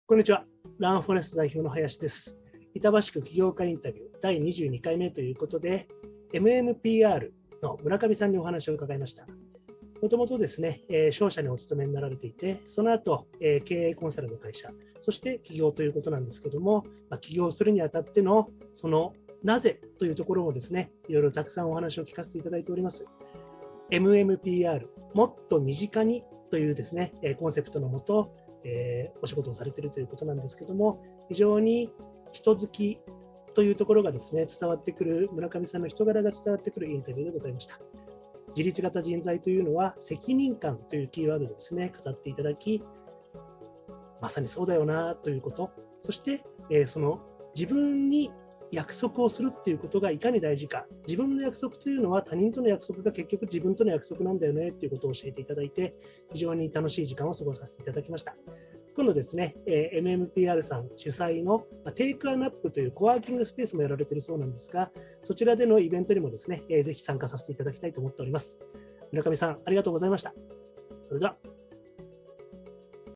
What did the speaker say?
こんにちは。ランフォレスト代表の林です。板橋区起業家インタビュー第22回目ということで、MMPR の村上さんにお話を伺いました。もともとですね、商社にお勤めになられていて、その後、経営コンサルの会社、そして起業ということなんですけども、起業するにあたってのそのなぜというところもですね、いろいろたくさんお話を聞かせていただいております。MMPR、もっと身近にというですね、コンセプトのもと、お仕事をされているということなんですけども、非常に人好きというところがですね、伝わってくる、村上さんの人柄が伝わってくるインタビューでございました。自立型人材というのは責任感というキーワードでですね、語っていただき、まさにそうだよなということ、そして、その自分に約束をするっていうことがいかに大事か、自分の約束というのは他人との約束が結局自分との約束なんだよねということを教えていただいて、非常に楽しい時間を過ごさせていただきました。今度ですね、MMPR さん主催のテイクアナップというコワーキングスペースもやられているそうなんですが、そちらでのイベントにもですね、ぜひ参加させていただきたいと思っております。村上さん、ありがとうございました。それでは。